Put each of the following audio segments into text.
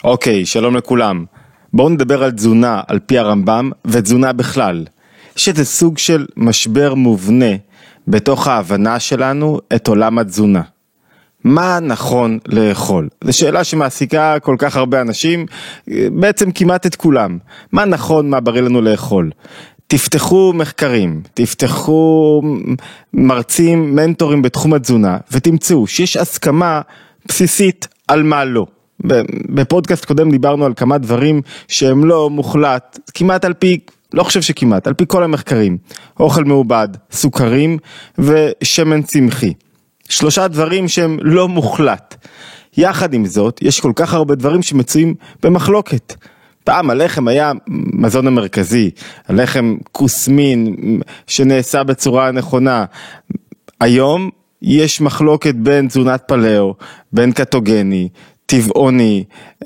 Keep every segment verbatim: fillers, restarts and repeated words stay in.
אוקיי, שלום לכולם. בואו נדבר על תזונה על פי הרמב"ם ותזונה בכלל. יש איזה סוג של משבר מובנה בתוך ההבנה שלנו את עולם התזונה. מה נכון לאכול? זו שאלה שמעסיקה כל כך הרבה אנשים, בעצם כמעט את כולם. מה נכון, מה בריא לנו לאכול? תפתחו מחקרים, תפתחו מרצים, מנטורים בתחום התזונה, ותמצאו שיש הסכמה בסיסית על מה לא. בפודקאסט קודם דיברנו על כמה דברים שהם לא מוחלט, כמעט על פי, לא חושב שכמעט, על פי כל המחקרים. אוכל מעובד, סוכרים ושמן צמחי. שלושה דברים שהם לא מוחלט. יחד עם זאת, יש כל כך הרבה דברים שמצויים במחלוקת. פעם הלחם היה מזון המרכזי, הלחם כוסמין שנעשה בצורה נכונה. היום יש מחלוקת בין תזונת פלאו, בין קטוגני, טבעוני,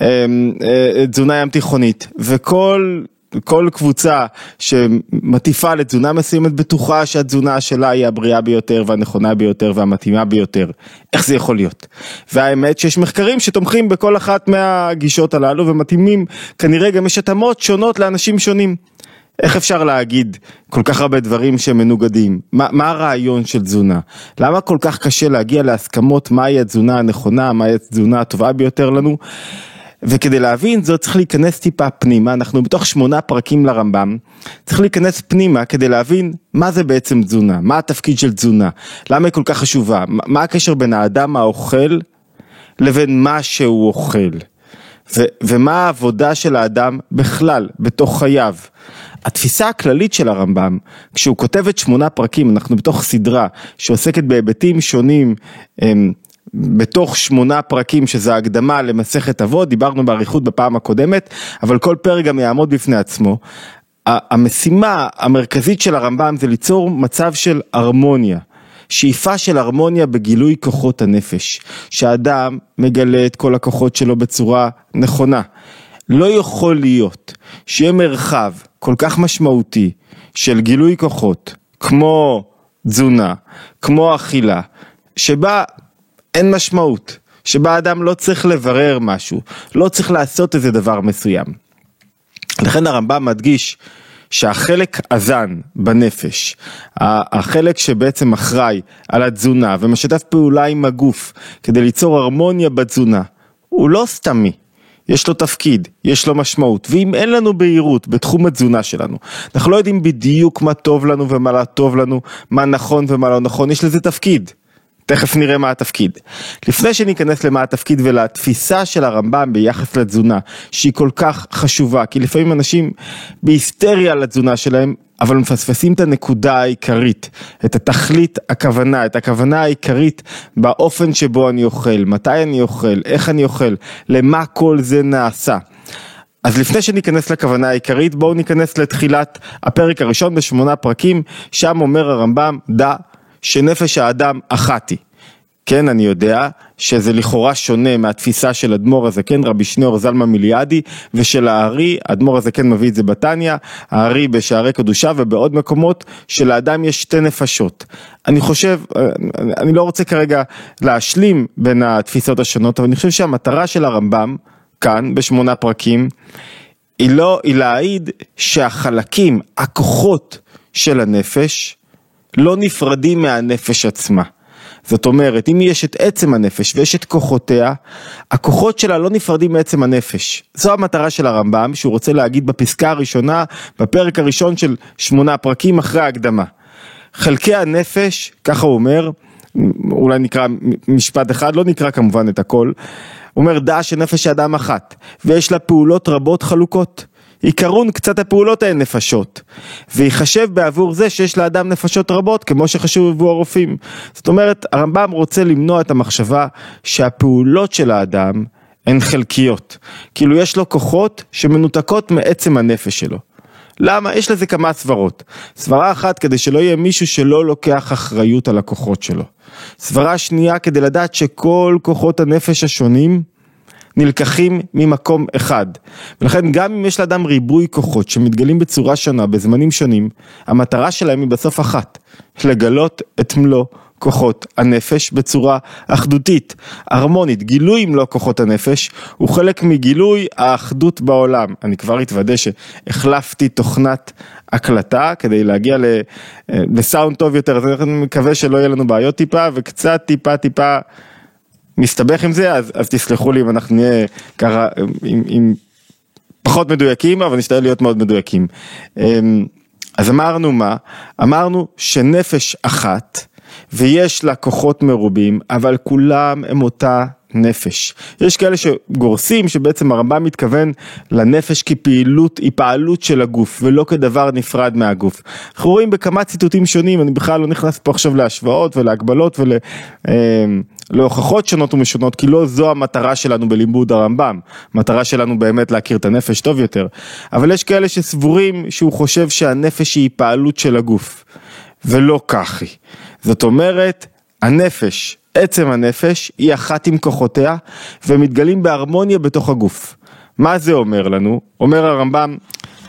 תזונה ים תיכונית, וכל כל קבוצה שמטיפה לתזונה מסוימת בטוחה שהתזונה שלה היא הבריאה ביותר והנכונה ביותר והמתאימה ביותר. איך זה יכול להיות? והאמת שיש מחקרים שתומכים בכל אחת מהגישות הללו ומתאימים, כנראה גם יש התאמות שונות לאנשים שונים. איך אפשר להגיד כל כך הרבה דברים שמנוגדים? מה, מה הרעיון של תזונה? למה כל כך קשה להגיע להסכמות מהי התזונה הנכונה, מהי התזונה הטובה ביותר לנו? וכדי להבין זאת צריך להיכנס טיפה פנימה, אנחנו בתוך שמונה פרקים לרמב"ם, צריך להיכנס פנימה כדי להבין מה זה בעצם תזונה, מה התפקיד של תזונה, למה היא כל כך חשובה, מה הקשר בין האדם האוכל לבין מה שהוא אוכל, ו- ומה העבודה של האדם בכלל, בתוך חייו. התפיסה הכללית של הרמב"ם, כשהוא כותב את שמונה פרקים, אנחנו בתוך סדרה שעוסקת בהיבטים שונים, הם, בתוך שמונה פרקים שזה הקדמה למסכת אבות, דיברנו בעריכות בפעם הקודמת, אבל כל פרק גם יעמוד בפני עצמו. המשימה המרכזית של הרמב"ם זה ליצור מצב של הרמוניה, שאיפה של הרמוניה בגילוי כוחות הנפש, שהאדם מגלה את כל הכוחות שלו בצורה נכונה. לא יכול להיות שיהיה מרחב כל כך משמעותי של גילוי כוחות, כמו תזונה, כמו אכילה, שבה אין משמעות, שבה האדם לא צריך לברר משהו, לא צריך לעשות איזה דבר מסוים. לכן הרמב"ם מדגיש שהחלק הזן בנפש, החלק שבעצם אחראי על התזונה ומשתף פעולה עם הגוף כדי ליצור הרמוניה בתזונה, הוא לא סתמי. יש לו תפקיד, יש לו משמעות, ואם אין לנו בהירות בתחום התזונה שלנו, אנחנו לא יודעים בדיוק מה טוב לנו ומה לא טוב לנו, מה נכון ומה לא נכון, יש לזה תפקיד. תכף נראה מה התפקיד. לפני שניכנס למה התפקיד ולתפיסה של הרמב"ם ביחס לתזונה, שהיא כל כך חשובה, כי לפעמים אנשים בהיסטריה לתזונה שלהם, אבל מפספסים את הנקודה העיקרית, את התכלית הכוונה, את הכוונה העיקרית באופן שבו אני אוכל, מתי אני אוכל, איך אני אוכל, למה כל זה נעשה. אז לפני שניכנס לכוונה העיקרית, בואו ניכנס לתחילת הפרק הראשון בשמונה פרקים, שם אומר הרמב"ם, דע שנפש האדם אחת היא. כן, אני יודע שזה לכאורה שונה מהתפיסה של אדמו"ר הזקן, רבי שניאור זלמן מיליאדי, ושל הארי, אדמו"ר הזקן מביא את זה בתניא, הארי בשערי קדושה ובעוד מקומות, שלאדם יש שתי נפשות. אני חושב, אני לא רוצה כרגע להשלים בין התפיסות השונות, אבל אני חושב שהמטרה של הרמב"ם, כאן בשמונה פרקים, היא לא, היא להעיד שהחלקים, הכוחות של הנפש, לא נפרדים מהנפש עצמה. זאת אומרת, אם יש את עצם הנפש ויש את כוחותיה, הכוחות שלה לא נפרדים מעצם הנפש. זו המטרה של הרמב"ם, שהוא רוצה להגיד בפסקה הראשונה, בפרק הראשון של שמונה פרקים אחרי ההקדמה. חלקי הנפש, ככה הוא אומר, אולי נקרא משפט אחד, לא נקרא כמובן את הכל, הוא אומר, דע שנפש האדם אחת, ויש לה פעולות רבות חלוקות. עיקרון קצת הפעולות הן נפשות, ויחשב בעבור זה שיש לאדם נפשות רבות, כמו שחשוב עבור הרופאים. זאת אומרת, הרמב"ם רוצה למנוע את המחשבה שהפעולות של האדם הן חלקיות, כאילו יש לו כוחות שמנותקות מעצם הנפש שלו. למה? יש לזה כמה סברות. סברה אחת, כדי שלא יהיה מישהו שלא לוקח אחריות על הכוחות שלו. סברה שנייה, כדי לדעת שכל כוחות הנפש השונים נלקחים ממקום אחד. ולכן גם אם יש לאדם ריבוי כוחות שמתגלים בצורה שונה, בזמנים שונים, המטרה שלהם היא בסוף אחת, לגלות את מלוא כוחות הנפש בצורה אחדותית, הרמונית. גילוי מלוא כוחות הנפש הוא חלק מגילוי האחדות בעולם. אני כבר התוודא שהחלפתי תוכנת הקלטה כדי להגיע לסאונד טוב יותר, אז אני מקווה שלא יהיה לנו בעיות טיפה, וקצת טיפה טיפה מסתבך עם זה, אז, אז תסלחו לי אם אנחנו נהיה ככה עם, עם פחות מדויקים, אבל נשתדל להיות מאוד מדויקים. אז אמרנו מה? אמרנו שנפש אחת, ויש לה כוחות מרובים, אבל כולם הם אותה נפש. יש כאלה שגורסים שבעצם הרמב"ם מתכוון לנפש כפעילות, היא פעלות של הגוף, ולא כדבר נפרד מהגוף. אנחנו רואים בכמה ציטוטים שונים, אני בכלל לא נכנס פה עכשיו להשוואות ולהגבלות ולהוכחות שונות ומשונות, כי לא זו המטרה שלנו בלימוד הרמב"ם. המטרה שלנו באמת להכיר את הנפש טוב יותר. אבל יש כאלה שסבורים שהוא חושב שהנפש היא פעלות של הגוף, ולא כך היא. זאת אומרת, הנפש, עצם הנפש, היא אחת עם כוחותיה, ומתגלים בהרמוניה בתוך הגוף. מה זה אומר לנו? אומר הרמב"ם,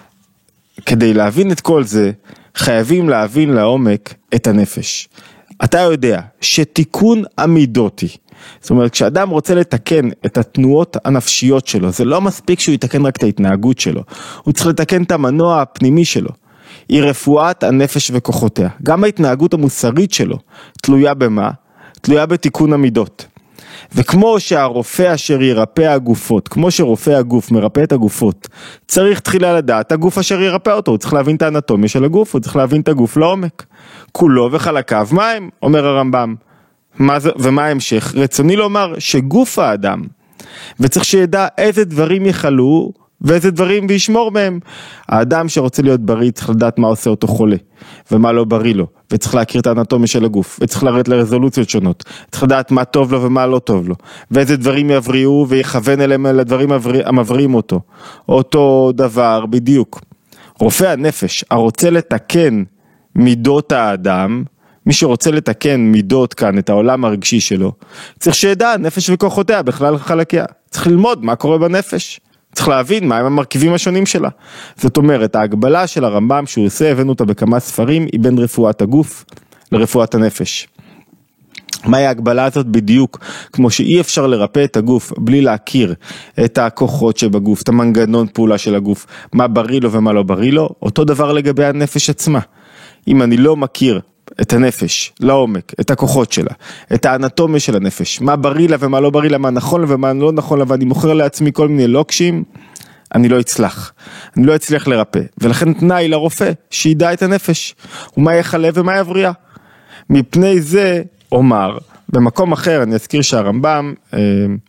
כדי להבין את כל זה, חייבים להבין לעומק את הנפש. אתה יודע שתיקון המידות היא. זאת אומרת, כשאדם רוצה לתקן את התנועות הנפשיות שלו, זה לא מספיק שהוא יתקן רק את ההתנהגות שלו. הוא צריך לתקן את המנוע הפנימי שלו. היא רפואת הנפש וכוחותיה. גם ההתנהגות המוסרית שלו תלויה במה? תלויה בתיקון המידות. וכמו שהרופא אשר ירפא הגופות, כמו שרופא הגוף מרפא את הגופות, צריך תחילה לדעת הגוף אשר ירפא אותו, הוא צריך להבין את האנטומיה של הגוף, הוא צריך להבין את הגוף לעומק. כולו וחלקיו מים, אומר הרמב"ם. מה זה, ומה ההמשך? רצוני לומר שגוף האדם, וצריך שידע איזה דברים יחלו, ואיזה דברים וישמור מהם. האדם שרוצה להיות בריא צריך לדעת מה עושה אותו חולה, ומה לא בריא לו, וצריך להכיר את האנטומיה של הגוף, וצריך לרדת לרזולוציות שונות, צריך לדעת מה טוב לו ומה לא טוב לו, ואיזה דברים יבריאו ויכוון אליהם לדברים המבראים אותו. אותו דבר בדיוק. רופא הנפש, הרוצה לתקן מידות האדם, מי שרוצה לתקן מידות כאן, את העולם הרגשי שלו, צריך שידע נפש וכוחותיה בכלל חלקיה. צריך ללמוד מה קורה בנפש. צריך להבין מה הם המרכיבים השונים שלה. זאת אומרת, ההגבלה של הרמב"ם שהוא עושה, הבאנו אותה בכמה ספרים, היא בין רפואת הגוף לרפואת הנפש. מהי ההגבלה הזאת? בדיוק כמו שאי אפשר לרפא את הגוף בלי להכיר את הכוחות שבגוף, את המנגנון פעולה של הגוף, מה בריא לו ומה לא בריא לו, אותו דבר לגבי הנפש עצמה. אם אני לא מכיר את הנפש, לעומק, את הכוחות שלה, את האנטומיה של הנפש, מה בריא לה ומה לא בריא לה, מה נכון לה ומה לא נכון לה, ואני מוכר לעצמי כל מיני לוקשים, אני לא אצלח, אני לא אצליח לרפא, ולכן תנאי לרופא, שידע את הנפש, ומה יחלה ומה יבריאה. מפני זה אומר, במקום אחר, אני אזכיר שהרמב"ם, אה,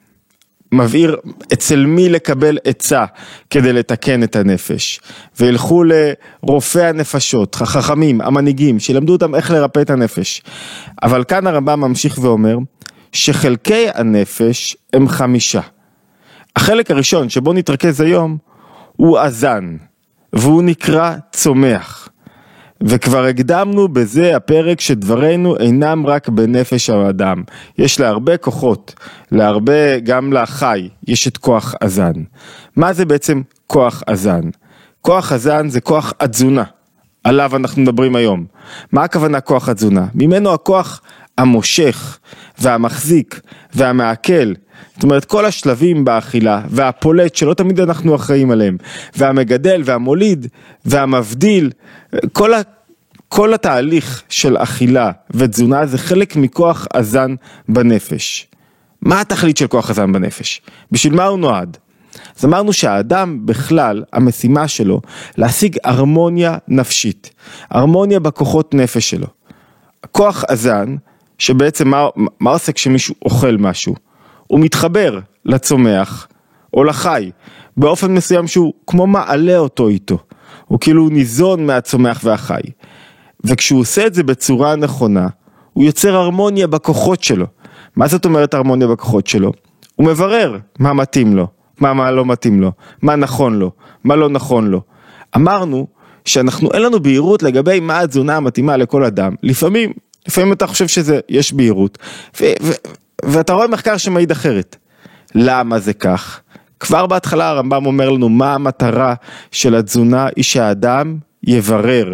מבהיר אצל מי לקבל עצה כדי לתקן את הנפש, וילכו לרופאי הנפשות, החכמים, המנהיגים, שילמדו אותם איך לרפא את הנפש. אבל כאן הרמב"ם ממשיך ואומר, שחלקי הנפש הם חמישה. החלק הראשון שבו נתרכז היום, הוא אזן, והוא נקרא צומח. וכבר הקדמנו בזה הפרק שדברנו אינם רק בנפש האדם. יש לה הרבה כוחות, להרבה, גם לחי, יש את כוח אזן. מה זה בעצם כוח אזן? כוח אזן זה כוח התזונה, עליו אנחנו מדברים היום. מה הכוונה כוח התזונה? ממנו הכוח המושך והמחזיק והמעכל, זאת אומרת כל השלבים באכילה והפולט שלא תמיד אנחנו אחראים עליהם, והמגדל והמוליד והמבדיל, כל, ה, כל התהליך של אכילה ותזונה זה חלק מכוח אזן בנפש. מה התכלית של כוח אזן בנפש? בשביל מה הוא נועד? אז אמרנו שהאדם בכלל, המשימה שלו, להשיג הרמוניה נפשית, הרמוניה בכוחות נפש שלו. כוח אזן, שבעצם מה, מה עושה כשמישהו אוכל משהו? הוא מתחבר לצומח או לחי, באופן מסוים שהוא כמו מעלה אותו איתו. הוא כאילו ניזון מהצומח והחי. וכשהוא עושה את זה בצורה נכונה, הוא יוצר הרמוניה בכוחות שלו. מה זאת אומרת הרמוניה בכוחות שלו? הוא מברר מה מתאים לו, מה, מה לא מתאים לו, מה נכון לו, מה לא נכון לו. אמרנו שאנחנו, אין לנו בהירות לגבי מה התזונה המתאימה לכל אדם. לפעמים, לפעמים אתה חושב שזה, יש בהירות, ו, ו, ואתה רואה מחקר שמעיד אחרת. למה זה כך? כבר בהתחלה הרמב"ם אומר לנו מה המטרה של התזונה, היא שהאדם יברר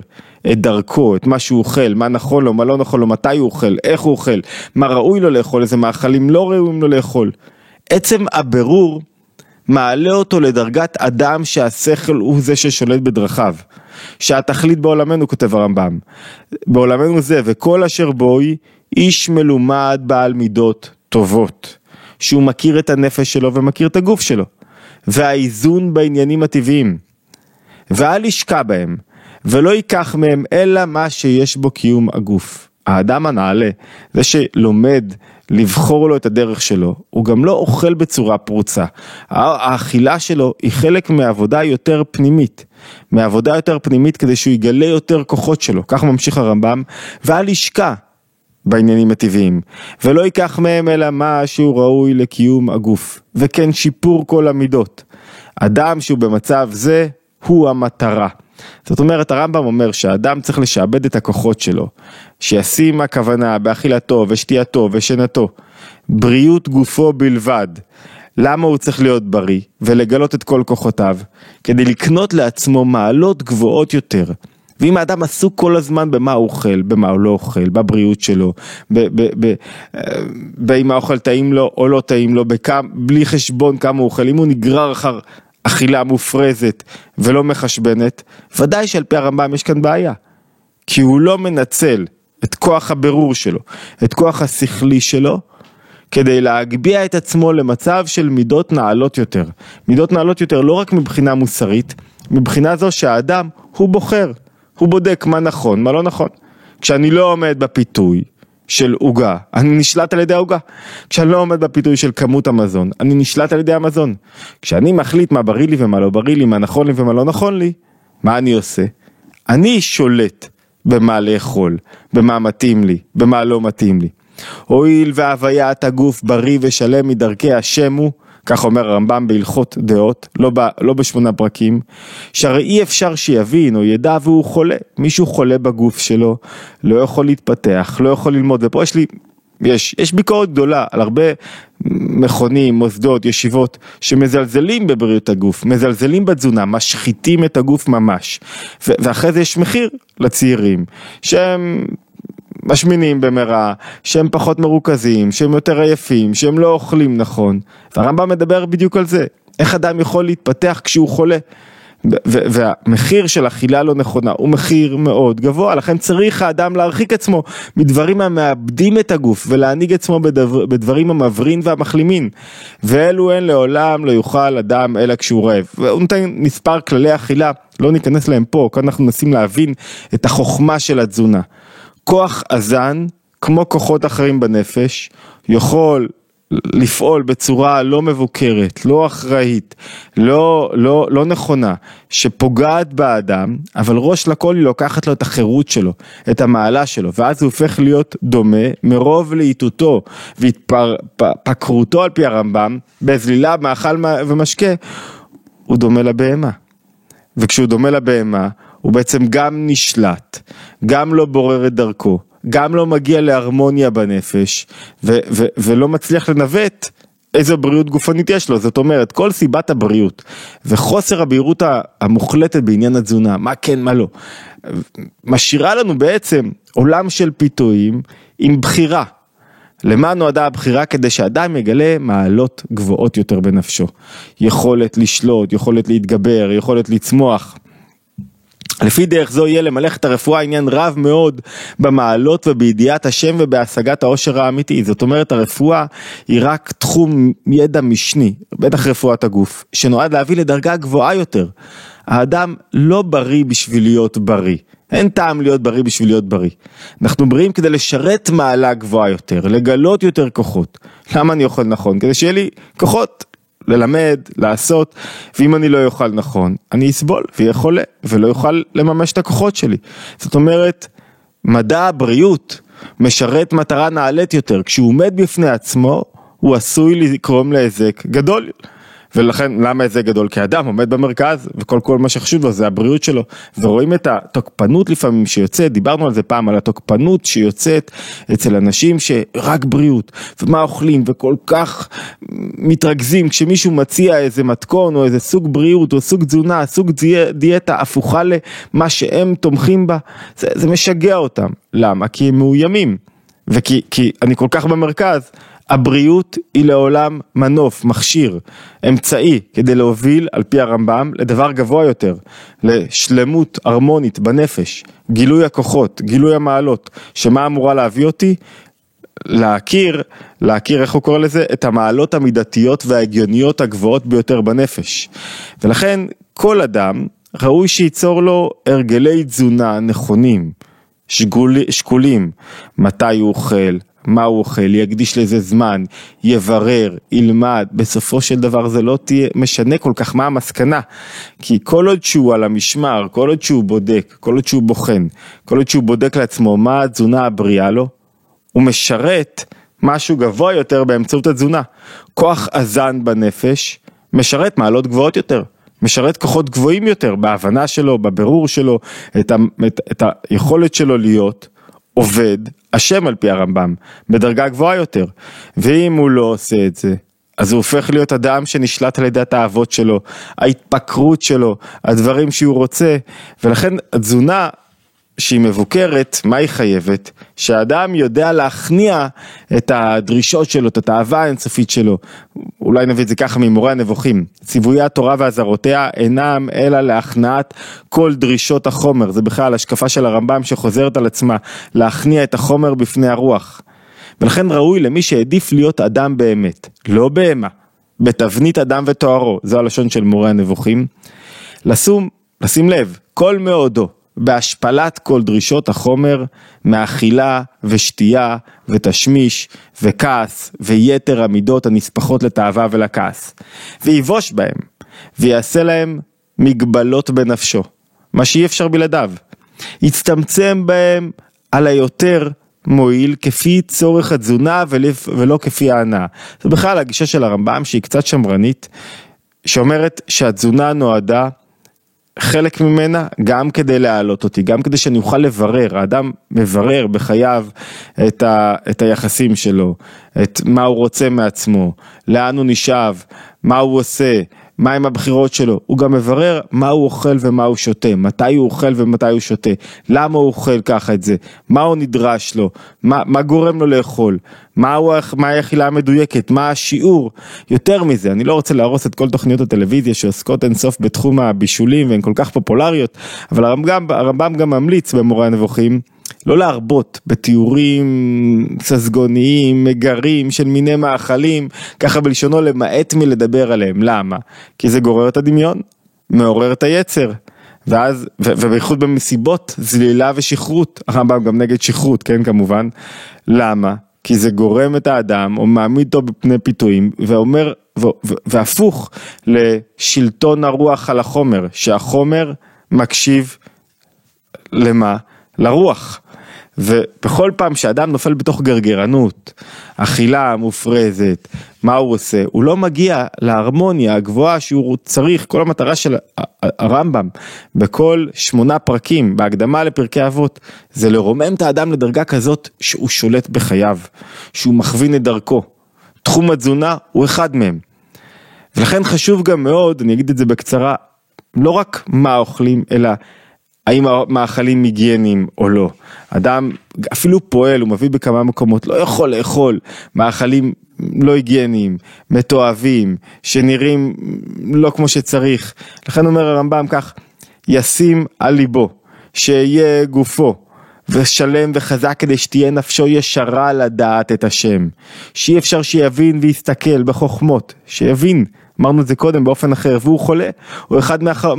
את דרכו, את מה שהוא אוכל, מה נכון לו, מה לא נכון לו, מתי הוא אוכל, איך הוא אוכל, מה ראוי לו לאכול, איזה מאכלים לא ראויים לו לאכול. עצם הבירור מעלה אותו לדרגת אדם שהשכל הוא זה ששולט בדרכיו. שהתכלית בעולמנו, כותב הרמב"ם, בעולמנו זה, וכל אשר בוי, איש מלומד בעל מידות טובות, שהוא מכיר את הנפש שלו ומכיר את הגוף שלו, והאיזון בעניינים הטבעיים, ואל ישקע בהם, ולא ייקח מהם אלא מה שיש בו קיום הגוף. האדם הנעלה, זה שלומד לבחור לו את הדרך שלו, הוא גם לא אוכל בצורה פרוצה. האכילה שלו היא חלק מעבודה יותר פנימית, מעבודה יותר פנימית כדי שהוא יגלה יותר כוחות שלו. כך ממשיך הרמב"ם, ואל ישקע בעניינים הטבעיים, ולא ייקח מהם אלא מה שהוא ראוי לקיום הגוף, וכן שיפור כל המידות. אדם שהוא במצב זה הוא המטרה. זאת אומרת, הרמב"ם אומר שהאדם צריך לשעבד את הכוחות שלו, שישים הכוונה באכילתו ושתייתו ושנתו, בריאות גופו בלבד. למה הוא צריך להיות בריא ולגלות את כל כוחותיו? כדי לקנות לעצמו מעלות גבוהות יותר. ואם האדם עסוק כל הזמן במה הוא אוכל, במה הוא לא אוכל, בבריאות שלו, באם האוכל טעים לו או לא טעים לו, בלי חשבון כמה הוא אוכל, אם הוא נגרר אחר אכילה מופרזת ולא מחשבנת, ודאי שעל פי הרמב"ם יש כאן בעיה, כי הוא לא מנצל את כוח הבירור שלו, את כוח השכלי שלו, כדי להגביע את עצמו למצב של מידות נעלות יותר. מידות נעלות יותר לא רק מבחינה מוסרית, מבחינה זו שהאדם הוא בוחר, הוא בודק מה נכון, מה לא נכון. כשאני לא עומד בפיתוי של עוגה, אני נשלט על ידי העוגה. כשאני לא עומד בפיתוי של כמות המזון, אני נשלט על ידי המזון. כשאני מחליט מה בריא לי ומה לא בריא לי, מה נכון לי ומה לא נכון לי, מה אני עושה? אני שולט במה לאכול, במה מתאים לי, במה לא מתאים לי. הואיל והוויית הגוף בריא ושלם מדרכי השם הוא, כך אומר הרמב"ם בהלכות דעות, לא, ב, לא בשמונה פרקים, שהרי אי אפשר שיבין או ידע והוא חולה. מישהו חולה בגוף שלו, לא יכול להתפתח, לא יכול ללמוד. ופה יש לי, יש, יש ביקורת גדולה על הרבה מכונים, מוסדות, ישיבות, שמזלזלים בבריאות הגוף, מזלזלים בתזונה, משחיתים את הגוף ממש. ו, ואחרי זה יש מחיר לצעירים, שהם משמינים במראה, שהם פחות מרוכזים, שהם יותר עייפים, שהם לא אוכלים נכון. והרמב"ם מדבר בדיוק על זה. איך אדם יכול להתפתח כשהוא חולה? והמחיר של אכילה לא נכונה הוא מחיר מאוד גבוה, לכן צריך האדם להרחיק עצמו מדברים המאבדים את הגוף ולהניג עצמו בדבר, בדברים המברין והמחלימים, ואלו אין לעולם לא יוכל אדם אלא כשהוא רעב. והוא נותן מספר כללי אכילה, לא ניכנס להם פה, כאן אנחנו נסים להבין את החוכמה של התזונה. כוח אזן, כמו כוחות אחרים בנפש, יכול לפעול בצורה לא מבוקרת, לא אחראית, לא, לא, לא נכונה, שפוגעת באדם, אבל ראש לכל היא לוקחת לו את החירות שלו, את המעלה שלו, ואז הוא הופך להיות דומה מרוב לעיתותו והתפקרותו על פי הרמב"ם, בזלילה, מאכל ומשקה, הוא דומה לבהמה. וכשהוא דומה לבהמה, הוא בעצם גם נשלט, גם לא בורר את דרכו, גם לא מגיע להרמוניה בנפש, ו- ו- ולא מצליח לנווט איזו בריאות גופנית יש לו. זאת אומרת, כל סיבת הבריאות, וחוסר הבהירות המוחלטת בעניין התזונה, מה כן, מה לא, משאירה לנו בעצם עולם של פיתויים עם בחירה. למה נועדה הבחירה? כדי שאדם יגלה מעלות גבוהות יותר בנפשו. יכולת לשלוט, יכולת להתגבר, יכולת לצמוח. לפי דרך זו יהיה למלאכת הרפואה עניין רב מאוד במעלות ובידיעת השם ובהשגת העושר האמיתי. זאת אומרת, הרפואה היא רק תחום ידע משני, בטח רפואת הגוף, שנועד להביא לדרגה גבוהה יותר. האדם לא בריא בשביל להיות בריא. אין טעם להיות בריא בשביל להיות בריא. אנחנו בריאים כדי לשרת מעלה גבוהה יותר, לגלות יותר כוחות. למה אני אוכל נכון? כדי שיהיה לי כוחות ללמד, לעשות, ואם אני לא יאכל נכון, אני אסבול ויהיה חולה, ולא יוכל לממש את הכוחות שלי. זאת אומרת, מדע הבריאות משרת מטרה נעלית יותר. כשהוא עומד בפני עצמו, הוא עשוי לקרום להיזק גדול. ולכן למה זה גדול? כי האדם עומד במרכז, וכל כל מה שחשוב לו זה הבריאות שלו, ורואים את התוקפנות לפעמים שיוצאת, דיברנו על זה פעם, על התוקפנות שיוצאת אצל אנשים שרק בריאות, ומה אוכלים, וכל כך מתרכזים, כשמישהו מציע איזה מתכון, או איזה סוג בריאות, או סוג תזונה, סוג דיאטה, הפוכה למה שהם תומכים בה, זה, זה משגע אותם. למה? כי הם מאוימים, וכי כי אני כל כך במרכז, הבריאות היא לעולם מנוף, מכשיר, אמצעי, כדי להוביל על פי הרמב"ם לדבר גבוה יותר, לשלמות הרמונית בנפש, גילוי הכוחות, גילוי המעלות, שמה אמורה להביא אותי? להכיר, להכיר איך הוא קורא לזה, את המעלות המידתיות וההגיוניות הגבוהות ביותר בנפש. ולכן כל אדם ראוי שיצור לו הרגלי תזונה נכונים, שגול, שקולים, מתי הוא אוכל, מה הוא אוכל, יקדיש לזה זמן, יברר, ילמד, בסופו של דבר זה לא תהיה משנה כל כך מה המסקנה, כי כל עוד שהוא על המשמר, כל עוד שהוא בודק, כל עוד שהוא בוחן, כל עוד שהוא בודק לעצמו מה התזונה הבריאה לו, הוא משרת משהו גבוה יותר באמצעות התזונה. כוח אזן בנפש משרת מעלות גבוהות יותר, משרת כוחות גבוהים יותר בהבנה שלו, בבירור שלו, את, ה, את, את היכולת שלו להיות עובד השם על פי הרמב"ם, בדרגה גבוהה יותר. ואם הוא לא עושה את זה, אז הוא הופך להיות אדם שנשלט על ידי התאוות שלו, ההתפקרות שלו, הדברים שהוא רוצה, ולכן התזונה שהיא מבוקרת, מה היא חייבת? שהאדם יודע להכניע את הדרישות שלו, את התאווה האינסופית שלו. אולי נביא את זה ככה ממורה הנבוכים. ציווי התורה והזרותיה אינם אלא להכנעת כל דרישות החומר. זה בכלל השקפה של הרמב"ם שחוזרת על עצמה, להכניע את החומר בפני הרוח. ולכן ראוי למי שהעדיף להיות אדם באמת, לא בהמה, בתבנית אדם ותוארו, זו הלשון של מורה הנבוכים, לשים, לשים לב, כל מאודו, בהשפלת כל דרישות החומר, מאכילה ושתייה ותשמיש וכעס ויתר המידות הנספחות לתאווה ולכעס, ויבוש בהם, ויעשה להם מגבלות בנפשו, מה שאי אפשר בלעדיו, יצטמצם בהם על היותר מועיל כפי צורך התזונה ולא כפי ההנאה. זה בכלל הגישה של הרמב"ם שהיא קצת שמרנית, שאומרת שהתזונה נועדה, חלק ממנה גם כדי להעלות אותי, גם כדי שאני אוכל לברר, האדם מברר בחייו את, ה, את היחסים שלו, את מה הוא רוצה מעצמו, לאן הוא נשאב, מה הוא עושה, מה עם הבחירות שלו, הוא גם מברר מה הוא אוכל ומה הוא שותה, מתי הוא אוכל ומתי הוא שותה, למה הוא אוכל ככה את זה, מה הוא נדרש לו, מה, מה גורם לו לאכול, מה, הוא, מה האכילה המדויקת, מה השיעור, יותר מזה, אני לא רוצה להרוס את כל תוכניות הטלוויזיה שעוסקות אינסוף בתחום הבישולים והן כל כך פופולריות, אבל הרמב"ם, הרמב"ם גם ממליץ במורה הנבוכים, לא להרבות בתיאורים ססגוניים, מגרים של מיני מאכלים, ככה בלשונו למעט מלדבר עליהם. למה? כי זה גורר את הדמיון, מעורר את היצר, ואז, ו- ובייחוד במסיבות, זלילה ושכרות, הרמב"ם גם נגד שכרות, כן כמובן. למה? כי זה גורם את האדם, או מעמיד אותו בפני פיתויים, ואומר, ו- ו- והפוך לשלטון הרוח על החומר, שהחומר מקשיב למה? לרוח. ובכל פעם שאדם נופל בתוך גרגרנות, אכילה מופרזת, מה הוא עושה? הוא לא מגיע להרמוניה הגבוהה שהוא צריך. כל המטרה של הרמב"ם בכל שמונה פרקים בהקדמה לפרקי אבות זה לרומם את האדם לדרגה כזאת שהוא שולט בחייו, שהוא מכווין את דרכו. תחום התזונה הוא אחד מהם. ולכן חשוב גם מאוד, אני אגיד את זה בקצרה, לא רק מה אוכלים, אלא האם המאכלים היגייניים או לא. אדם אפילו פועל, הוא מביא בכמה מקומות, לא יכול לאכול מאכלים לא היגייניים, מתועבים, שנראים לא כמו שצריך. לכן אומר הרמב"ם כך, ישים על ליבו, שיהיה גופו, ושלם וחזק כדי שתהיה נפשו ישרה לדעת את השם. שאי אפשר שיבין ויסתכל בחוכמות, שיבין, אמרנו את זה קודם באופן אחר, והוא חולה, או אחד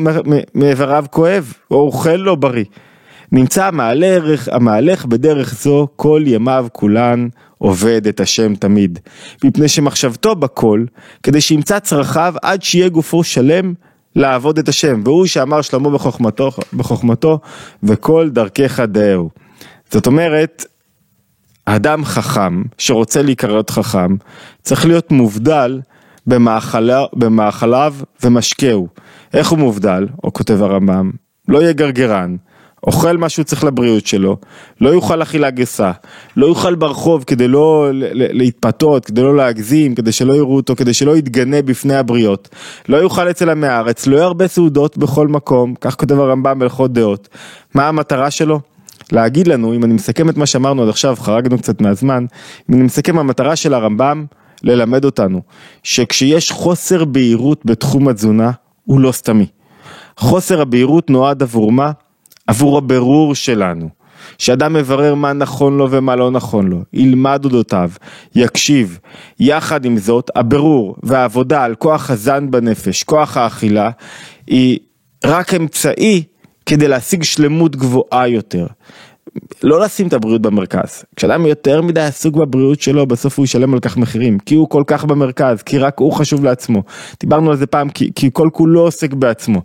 מעבריו כואב, או אוכל לא בריא. נמצא המהלך, המהלך בדרך זו כל ימיו כולן עובד את השם תמיד, מפני שמחשבתו בכל, כדי שימצא צרכיו עד שיהיה גופו שלם לעבוד את השם, והוא שאמר שלמה בחוכמתו, בחוכמתו וכל דרכך דאהו. זאת אומרת, האדם חכם, שרוצה להיקרא חכם, צריך להיות מובדל במאכלה, במאכליו ומשקהו. איך הוא מובדל, או כותב הרמב"ם, לא יהיה גרגרן, אוכל מה שהוא צריך לבריאות שלו, לא יוכל אכילה גסה, לא יוכל ברחוב כדי לא להתפתות, כדי לא להגזים, כדי שלא יראו אותו, כדי שלא יתגנה בפני הבריות, לא יוכל אצל המארץ, לא ירבה סעודות בכל מקום, כך כותב הרמב"ם בהלכות דעות. מה המטרה שלו? להגיד לנו, אם אני מסכם את מה שאמרנו עד עכשיו, חרגנו קצת מהזמן, אם אני מסכם המטרה של הרמב"ם, ללמד אותנו, שכשיש חוסר בהירות בתחום התזונה, הוא לא סתמי. חוסר הבהירות נועד עבור מה? עבור הברור שלנו. שאדם מברר מה נכון לו ומה לא נכון לו, ילמד אודותיו, יקשיב. יחד עם זאת, הברור והעבודה על כוח הזן בנפש, כוח האכילה, היא רק אמצעי כדי להשיג שלמות גבוהה יותר. לא לשים את הבריאות במרכז. כשאדם יותר מדי עסוק בבריאות שלו, בסוף הוא ישלם על כך מחירים, כי הוא כל כך במרכז, כי רק הוא חשוב לעצמו. דיברנו על זה פעם, כי, כי כל כולו עוסק בעצמו.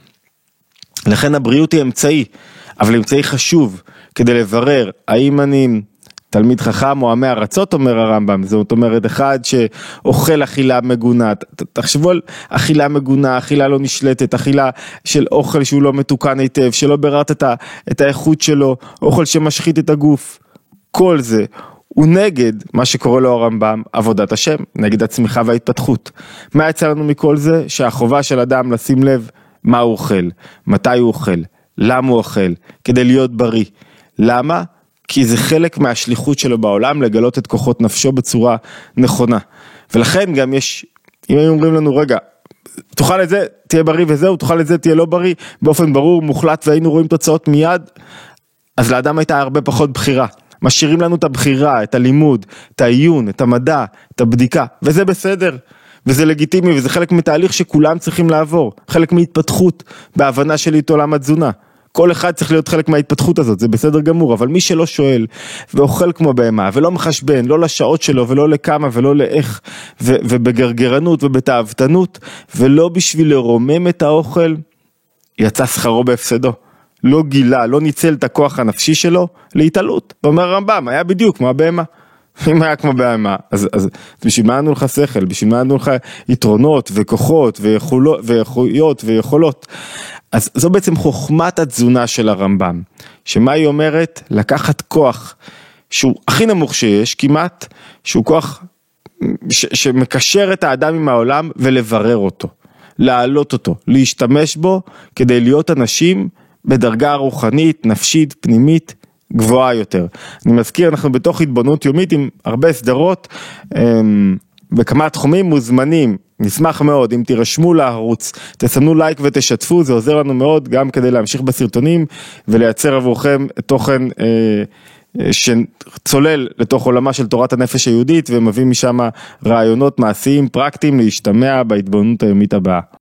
לכן הבריאות היא אמצעי, אבל אמצעי חשוב, כדי לברר האם אני תלמיד חכם או עמי ארצות, אומר הרמב"ם, זאת אומרת אחד שאוכל אכילה מגונה, תחשבו על אכילה מגונה, אכילה לא נשלטת, אכילה של אוכל שהוא לא מתוקן היטב, שלא בררת את, ה, את האיכות שלו, אוכל שמשחית את הגוף, כל זה הוא נגד מה שקורא לו הרמב"ם, עבודת השם, נגד הצמיחה וההתפתחות. מה יצא לנו מכל זה? שהחובה של אדם לשים לב מה הוא אוכל, מתי הוא אוכל, למה הוא אוכל, כדי להיות בריא. למה? כי זה חלק מהשליחות שלו בעולם, לגלות את כוחות נפשו בצורה נכונה. ולכן גם יש, אם הם אומרים לנו, רגע, תאכל את זה, תהיה בריא וזהו, תאכל את זה, תהיה לא בריא, באופן ברור, מוחלט, והיינו רואים תוצאות מיד, אז לאדם הייתה הרבה פחות בחירה. משאירים לנו את הבחירה, את הלימוד, את העיון, את המדע, את הבדיקה, וזה בסדר. וזה לגיטימי, וזה חלק מתהליך שכולם צריכים לעבור, חלק מהתפתחות, בהבנה שלי את עולם התזונה. כל אחד צריך להיות חלק מההתפתחות הזאת, זה בסדר גמור, אבל מי שלא שואל, ואוכל כמו בהמה, ולא מחשבן, לא לשעות שלו, ולא לכמה, ולא לאיך, ו- ובגרגרנות, ובתאוותנות, ולא בשביל לרומם את האוכל, יצא שכרו בהפסדו. לא גילה, לא ניצל את הכוח הנפשי שלו, להתעלות. ואומר הרמב"ם, היה בדיוק כמו הבהמה. אם היה כמו בהמה, אז, אז בשביל מה ענו לך שכל, בשביל מה ענו לך יתרונות וכוחות ויכולות, ויכויות ויכולות. אז זו בעצם חוכמת התזונה של הרמב"ם, שמה היא אומרת? לקחת כוח שהוא הכי נמוך שיש כמעט, שהוא כוח ש, שמקשר את האדם עם העולם ולברר אותו, להעלות אותו, להשתמש בו כדי להיות אנשים בדרגה רוחנית, נפשית, פנימית, גבוהה יותר. אני מזכיר, אנחנו בתוך התבוננות יומית עם הרבה סדרות, בכמה תחומים מוזמנים, נשמח מאוד, אם תירשמו לערוץ, תסמנו לייק ותשתפו, זה עוזר לנו מאוד, גם כדי להמשיך בסרטונים, ולייצר עבורכם תוכן אה, שצולל לתוך עולמה של תורת הנפש היהודית, ומביא משם רעיונות מעשיים פרקטיים להשתמע בהתבוננות היומית הבאה.